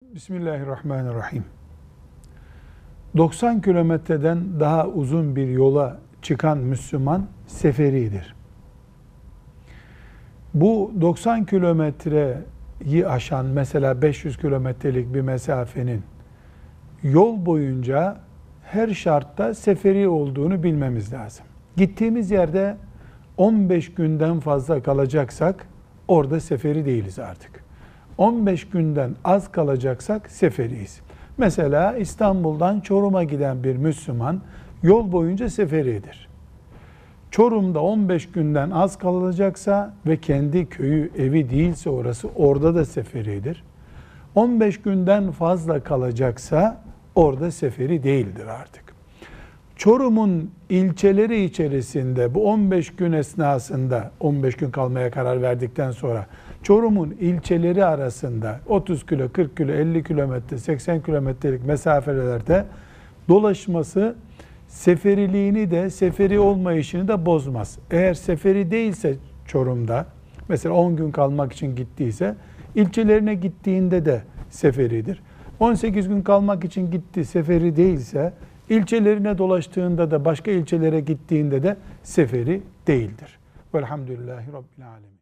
Bismillahirrahmanirrahim. 90 kilometreden daha uzun bir yola çıkan Müslüman seferidir. Bu 90 kilometreyi aşan, mesela 500 kilometrelik bir mesafenin yol boyunca her şartta seferi olduğunu bilmemiz lazım. Gittiğimiz yerde 15 günden fazla kalacaksak orada seferi değiliz artık. 15 günden az kalacaksak seferiyiz. Mesela İstanbul'dan Çorum'a giden bir Müslüman yol boyunca seferidir. Çorum'da 15 günden az kalacaksa ve kendi köyü, evi değilse orası, orada da seferidir. 15 günden fazla kalacaksa orada seferi değildir artık. Çorum'un ilçeleri içerisinde bu 15 gün esnasında, 15 gün kalmaya karar verdikten sonra Çorum'un ilçeleri arasında 30 kilo, 40 kilo, 50 kilometre, 80 kilometrelik mesafelerde dolaşması seferiliğini de, seferi olmayışını da bozmaz. Eğer seferi değilse Çorum'da, mesela 10 gün kalmak için gittiyse, ilçelerine gittiğinde de seferidir. 18 gün kalmak için gitti, seferi değilse, ilçelerine dolaştığında da, başka ilçelere gittiğinde de seferi değildir. Velhamdülillahi Rabbil Alemin.